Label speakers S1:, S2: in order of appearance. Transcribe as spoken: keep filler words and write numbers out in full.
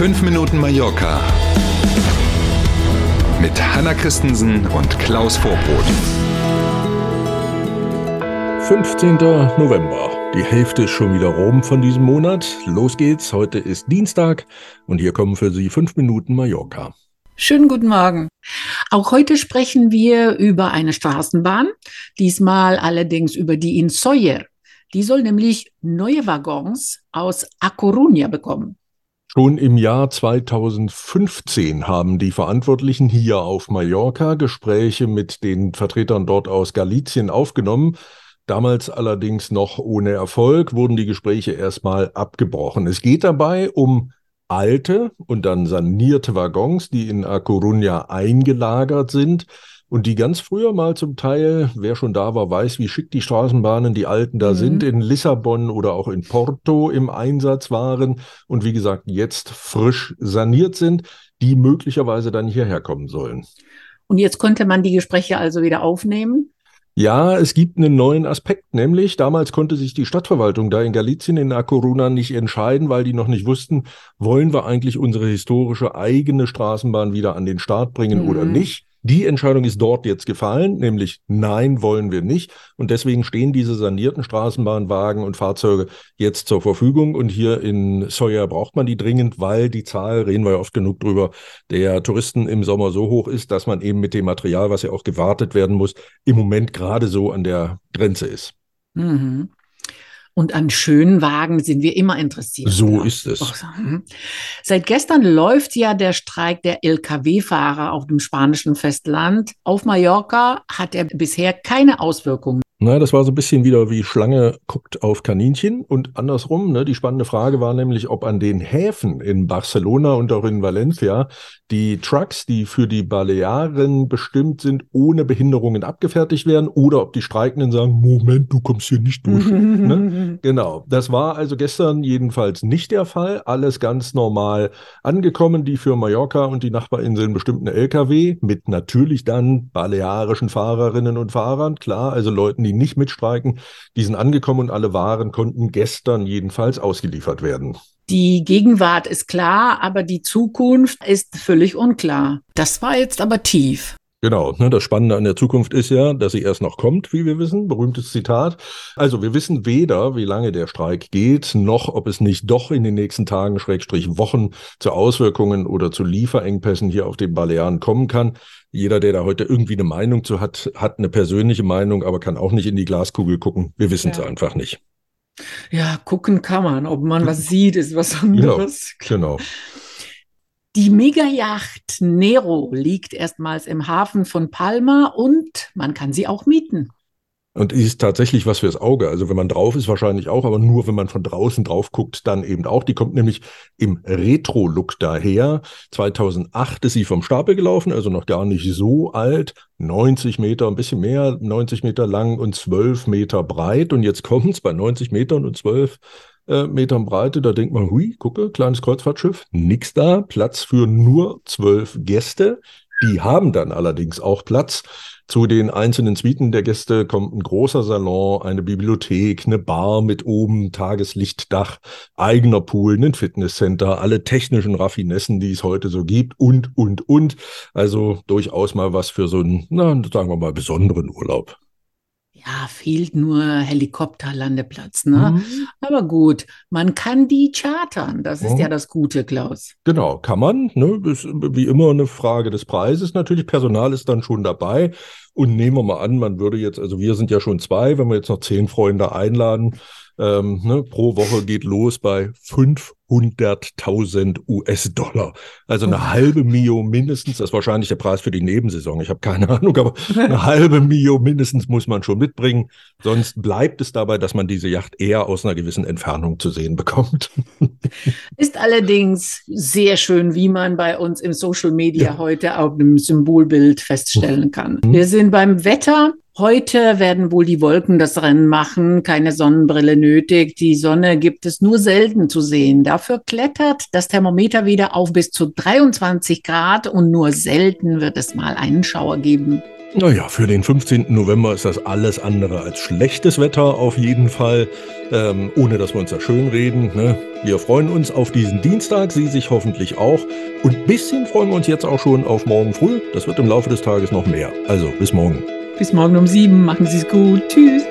S1: fünf Minuten Mallorca mit Hanna Christensen und Klaus Vorbrot.
S2: fünfzehnter November. Die Hälfte ist schon wieder rum von diesem Monat. Los geht's. Heute ist Dienstag und hier kommen für Sie fünf Minuten Mallorca.
S3: Schönen guten Morgen. Auch heute sprechen wir über eine Straßenbahn, diesmal allerdings über die in Sóller. Die soll nämlich neue Waggons aus A Coruña bekommen.
S2: Schon im Jahr zweitausendfünfzehn haben die Verantwortlichen hier auf Mallorca Gespräche mit den Vertretern dort aus Galicien aufgenommen. Damals allerdings noch ohne Erfolg, wurden die Gespräche erstmal abgebrochen. Es geht dabei um alte und dann sanierte Waggons, die in A Coruña eingelagert sind und die ganz früher mal zum Teil, wer schon da war, weiß, wie schick die Straßenbahnen, die alten da mhm. sind, in Lissabon oder auch in Porto im Einsatz waren und wie gesagt jetzt frisch saniert sind, die möglicherweise dann hierher kommen sollen.
S3: Und jetzt konnte man die Gespräche also wieder aufnehmen?
S2: Ja, es gibt einen neuen Aspekt, nämlich damals konnte sich die Stadtverwaltung da in Galicien in A Coruña nicht entscheiden, weil die noch nicht wussten, wollen wir eigentlich unsere historische eigene Straßenbahn wieder an den Start bringen mhm. oder nicht. Die Entscheidung ist dort jetzt gefallen, nämlich nein, wollen wir nicht. Und deswegen stehen diese sanierten Straßenbahnwagen und Fahrzeuge jetzt zur Verfügung. Und hier in Sóller braucht man die dringend, weil die Zahl, reden wir ja oft genug drüber, der Touristen im Sommer so hoch ist, dass man eben mit dem Material, was ja auch gewartet werden muss, im Moment gerade so an der Grenze ist.
S3: Mhm. Und an schönen Wagen sind wir immer interessiert.
S2: So
S3: ja.
S2: ist es.
S3: Seit gestern läuft ja der Streik der L K W-Fahrer auf dem spanischen Festland. Auf Mallorca hat er bisher keine Auswirkungen.
S2: Na, das war so ein bisschen wieder wie Schlange guckt auf Kaninchen und andersrum. Ne? Die spannende Frage war nämlich, ob an den Häfen in Barcelona und auch in Valencia die Trucks, die für die Balearen bestimmt sind, ohne Behinderungen abgefertigt werden oder ob die Streikenden sagen, Moment, du kommst hier nicht durch. ne? Genau, das war also gestern jedenfalls nicht der Fall. Alles ganz normal angekommen, die für Mallorca und die Nachbarinseln bestimmten L K W mit natürlich dann balearischen Fahrerinnen und Fahrern, klar, also Leuten, die nicht mitstreiken, die sind angekommen und alle Waren konnten gestern jedenfalls ausgeliefert werden.
S3: Die Gegenwart ist klar, aber die Zukunft ist völlig unklar. Das war jetzt aber tief.
S2: Genau, ne, das Spannende an der Zukunft ist ja, dass sie erst noch kommt, wie wir wissen, berühmtes Zitat. Also wir wissen weder, wie lange der Streik geht, noch ob es nicht doch in den nächsten Tagen, Schrägstrich Wochen, zu Auswirkungen oder zu Lieferengpässen hier auf den Balearen kommen kann. Jeder, der da heute irgendwie eine Meinung zu hat, hat eine persönliche Meinung, aber kann auch nicht in die Glaskugel gucken. Wir wissen es ja. einfach nicht.
S3: Ja, gucken kann man. Ob man was sieht, ist was anderes.
S2: Ja, genau.
S3: Die Megayacht Nero liegt erstmals im Hafen von Palma und man kann sie auch mieten.
S2: Und die ist tatsächlich was fürs Auge. Also wenn man drauf ist, wahrscheinlich auch, aber nur wenn man von draußen drauf guckt, dann eben auch. Die kommt nämlich im Retro-Look daher. zweitausendacht ist sie vom Stapel gelaufen, also noch gar nicht so alt. neunzig Meter, ein bisschen mehr, neunzig Meter lang und zwölf Meter breit. Und jetzt kommt's bei neunzig Metern und zwölf äh, Metern Breite. Da denkt man, hui, gucke, kleines Kreuzfahrtschiff, nix da. Platz für nur zwölf Gäste. Die haben dann allerdings auch Platz. Zu den einzelnen Suiten der Gäste kommt ein großer Salon, eine Bibliothek, eine Bar mit oben, Tageslichtdach, eigener Pool, ein Fitnesscenter, alle technischen Raffinessen, die es heute so gibt und, und, und. Also durchaus mal was für so einen, na, sagen wir mal, besonderen Urlaub.
S3: Ja, fehlt nur Helikopterlandeplatz, ne? Mhm. Aber gut, man kann die chartern. Das ist mhm. ja das Gute, Klaus.
S2: Genau, kann man. Ne? Ist wie immer eine Frage des Preises natürlich. Personal ist dann schon dabei. Und nehmen wir mal an, man würde jetzt, also wir sind ja schon zwei, wenn wir jetzt noch zehn Freunde einladen, ähm, ne, pro Woche geht los bei fünfhunderttausend U S-Dollar. Also eine oh. halbe Mio mindestens, das ist wahrscheinlich der Preis für die Nebensaison. Ich habe keine Ahnung, aber eine halbe Mio mindestens muss man schon mitbringen. Sonst bleibt es dabei, dass man diese Yacht eher aus einer gewissen Entfernung zu sehen bekommt.
S3: Ist allerdings sehr schön, wie man bei uns im Social Media ja. heute auf dem Symbolbild feststellen kann. Mhm. Wir sind beim Wetter. Heute werden wohl die Wolken das Rennen machen, keine Sonnenbrille nötig. Die Sonne gibt es nur selten zu sehen. Dafür klettert das Thermometer wieder auf bis zu dreiundzwanzig Grad und nur selten wird es mal einen Schauer geben.
S2: Naja, für den fünfzehnten November ist das alles andere als schlechtes Wetter auf jeden Fall, ähm, ohne dass wir uns da schön reden. Ne? Wir freuen uns auf diesen Dienstag, Sie sich hoffentlich auch. Und ein bisschen freuen wir uns jetzt auch schon auf morgen früh. Das wird im Laufe des Tages noch mehr. Also bis morgen.
S3: Bis morgen um sieben. Machen Sie es gut. Tschüss.